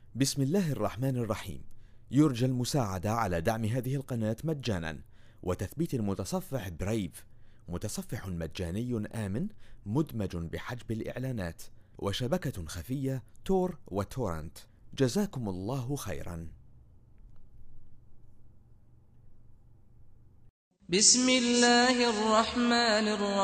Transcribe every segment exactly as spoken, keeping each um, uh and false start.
بسم الله الرحمن الرحيم. يرجى المساعدة على دعم هذه القناة مجانا وتثبيت المتصفح برايف، متصفح مجاني آمن مدمج بحجب الإعلانات، وشبكة خفية تور وتورنت. جزاكم الله خيرا. بسم الله الرحمن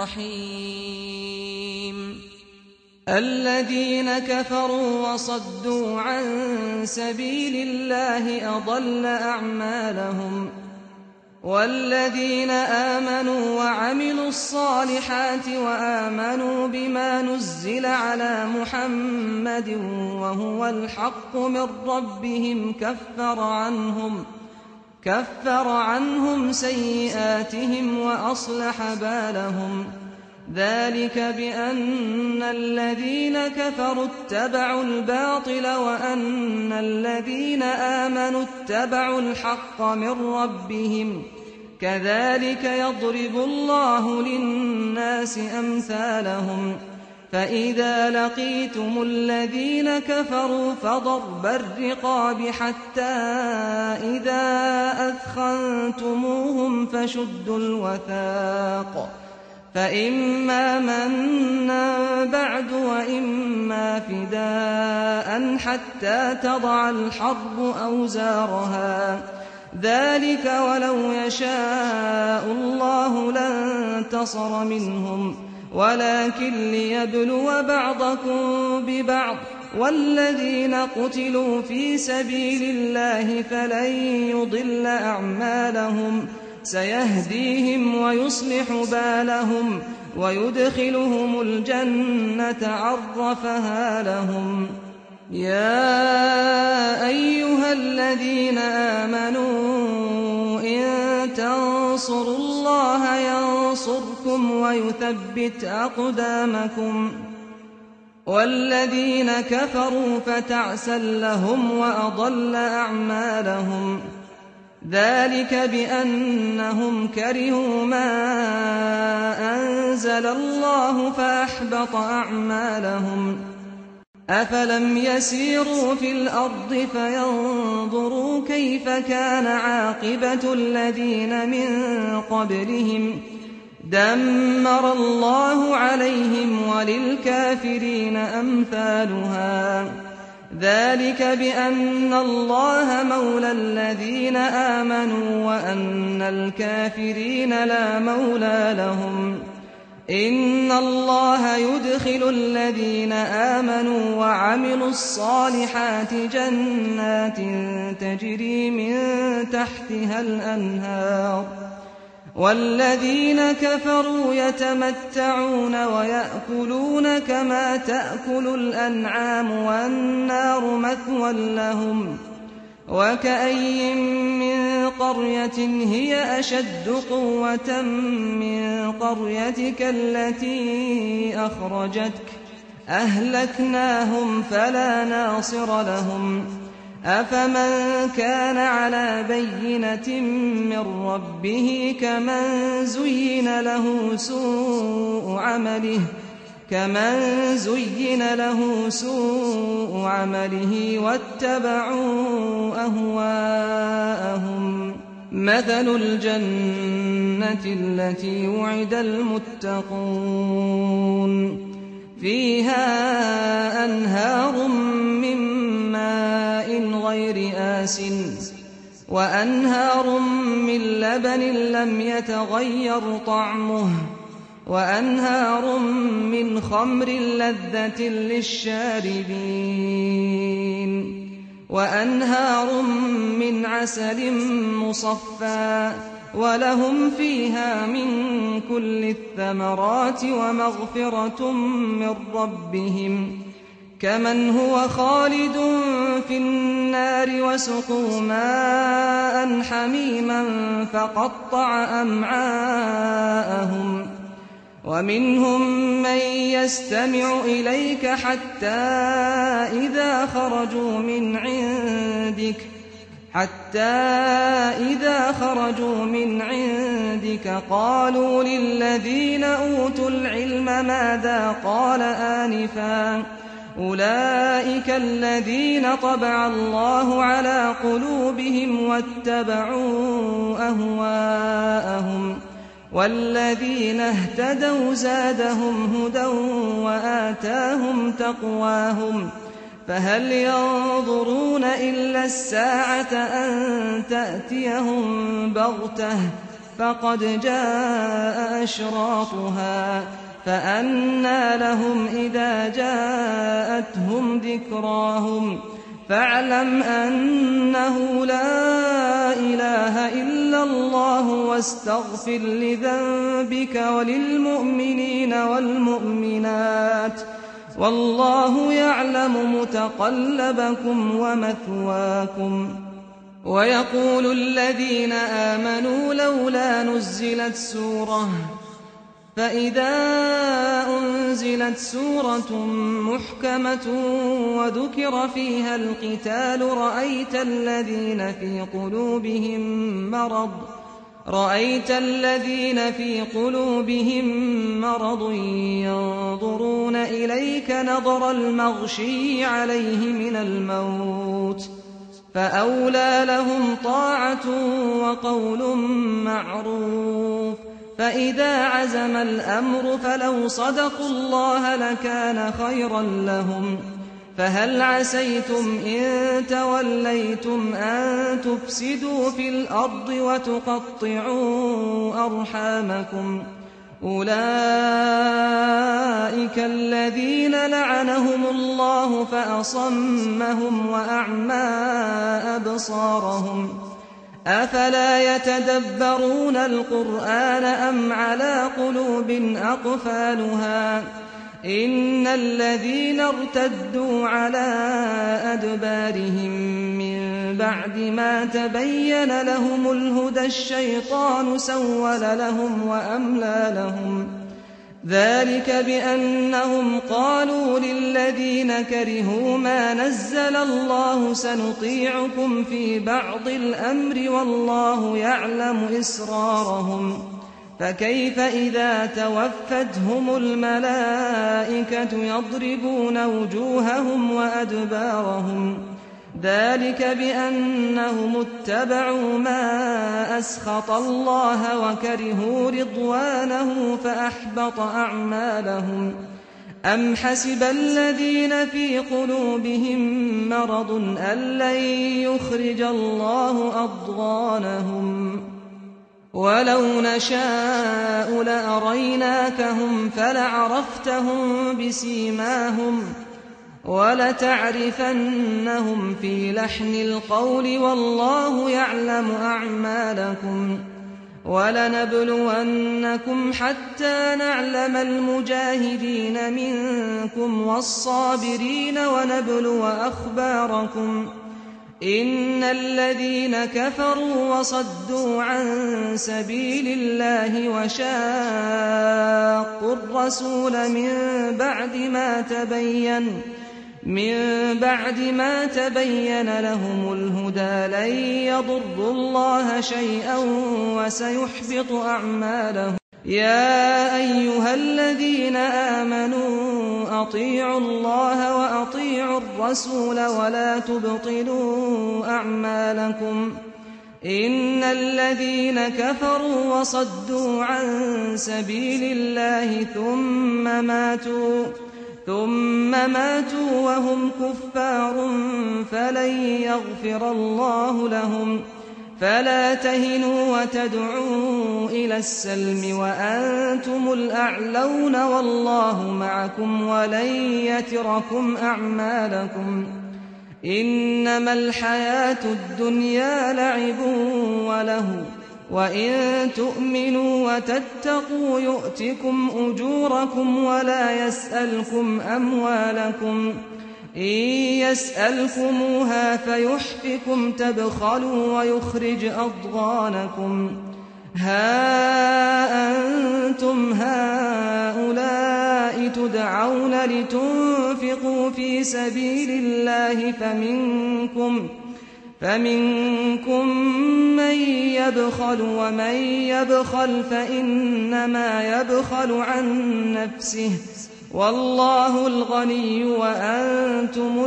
الرحيم. الذين كفروا وصدوا عن سبيل الله أضل أعمالهم، والذين آمنوا وعملوا الصالحات وآمنوا بما نزل على محمد وهو الحق من ربهم كفر عنهم كفر عنهم سيئاتهم وأصلح بالهم. ذلك بأن الذين كفروا اتبعوا الباطل وأن الذين آمنوا اتبعوا الحق من ربهم. كذلك يضرب الله للناس أمثالهم. فإذا لقيتم الذين كفروا فضرب الرقاب حتى إذا أثخنتموهم فشدوا الوثاق، فإما منا بعد وإما فداء حتى تضع الحرب أوزارها. ذلك ولو يشاء الله لانتصر منهم، ولكن ليبلو بعضكم ببعض. والذين قتلوا في سبيل الله فلن يضل أعمالهم، سيهديهم ويصلح بالهم ويدخلهم الجنة عرفها لهم. يا أيها الذين آمنوا إن تنصروا الله ينصركم ويثبت أقدامكم. والذين كفروا فتعسا لهم وأضل أعمالهم. ذلك بأنهم كرهوا ما أنزل الله فأحبط أعمالهم. أفلم يسيروا في الأرض فينظروا كيف كان عاقبة الذين من قبلهم. دمر الله عليهم وللكافرين أمثالها. ذلك بأن الله مولى الذين آمنوا وأن الكافرين لا مولى لهم. إن الله يدخل الذين آمنوا وعملوا الصالحات جنات تجري من تحتها الأنهار، والذين كفروا يتمتعون ويأكلون كما تأكل الأنعام والنار مثوى لهم. وكأي من قرية هي أشد قوة من قريتك التي أخرجتك أهلكناهم فلا ناصر لهم. أفمن كان على بينة من ربه كمن زين له سوء عمله كمن زين له سوء عمله واتبعوا أهواءهم. مثل الجنة التي وعد المتقون فيها أنهار من ماء غير آسن وأنهار من لبن لم يتغير طعمه وأنهار من خمر لذة للشاربين وأنهار من عسل مصفى ولهم فيها من كل الثمرات ومغفرة من ربهم كمن هو خالد في النار وسقوا ماء حميما فقطع أمعاءهم. ومنهم من يستمع إليك حتى إذا خرجوا من عندك حتى إذا خرجوا من عندك قالوا للذين أوتوا العلم ماذا قال آنفا أولئك الذين طبع الله على قلوبهم واتبعوا أهواءهم والذين اهتدوا زادهم هدى وآتاهم تقواهم فهل ينظرون إلا الساعة أن تأتيهم بغتة فقد جاء أشراطها فأنى لهم إذا جاءتهم ذكراهم فاعلم أنه لا إله إلا الله واستغفر لذنبك وللمؤمنين والمؤمنات والله يعلم متقلبكم ومثواكم. ويقول الذين آمنوا لولا نزلت سورة فإذا أنزلت سورة محكمة وذكر فيها القتال رأيت الذين في قلوبهم مرض رأيت الذين في قلوبهم مرض ينظرون إليك نظر المغشي عليه من الموت فأولى لهم طاعة وقول معروف فإذا عزم الأمر فلو صدقوا الله لكان خيرا لهم فهل عسيتم إن توليتم أن تفسدوا في الأرض وتقطعوا أرحامكم أولئك الذين لعنهم الله فأصمهم وأعمى أبصارهم أفلا يتدبرون القرآن أم على قلوب أقفالها إن الذين ارتدوا على أدبارهم من بعد ما تبين لهم الهدى الشيطان سول لهم وأملى لهم ذلك بأنهم قالوا للذين كرهوا ما نزل الله سنطيعكم في بعض الأمر والله يعلم إسرارهم فكيف إذا توفتهم الملائكة يضربون وجوههم وأدبارهم ذلك بأنهم اتبعوا ما أسخط الله وكرهوا رضوانه فأحبط أعمالهم أم حسب الذين في قلوبهم مرض أن لن يخرج الله أضغانهم ولو نشاء لأريناكهم فلعرفتهم بسيماهم ولتعرفنهم في لحن القول والله يعلم أعمالكم ولنبلونكم حتى نعلم المجاهدين منكم والصابرين ونبلو أخباركم إن الذين كفروا وصدوا عن سبيل الله وشاقوا الرسول من بعد ما تبين من بعد ما تبين لهم الهدى لن يضروا الله شيئا وسيحبط أعمالهم يا أيها الذين آمنوا أطيعوا الله وأطيعوا الرسول ولا تبطلوا أعمالكم إن الذين كفروا وصدوا عن سبيل الله ثم ماتوا ثم ماتوا وهم كفار فلن يغفر الله لهم فلا تهنوا وتدعوا إلى السلم وأنتم الأعلون والله معكم ولن يتركم أعمالكم إنما الحياة الدنيا لعب وله وإن تؤمنوا وتتقوا يؤتكم أجوركم ولا يسألكم أموالكم إن يسألكموها فيحفكم تبخلوا ويخرج أضغانكم ها أنتم هؤلاء تدعون لتنفقوا في سبيل الله فمنكم فمنكم من يبخل ومن يبخل فإنما يبخل عن نفسه والله الغني وأنتم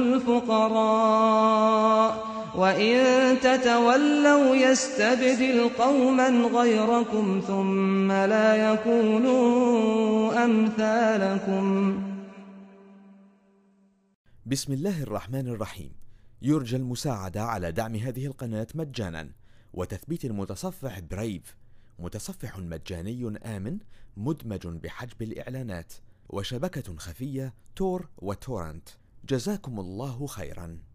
الفقراء وإن تتولوا يستبدل قوما غيركم ثم لا يكونوا أمثالكم. بسم الله الرحمن الرحيم. يرجى المساعدة على دعم هذه القناة مجانا وتثبيت المتصفح برايف، متصفح مجاني آمن مدمج بحجب الإعلانات، وشبكة خفية تور وتورنت. جزاكم الله خيرا.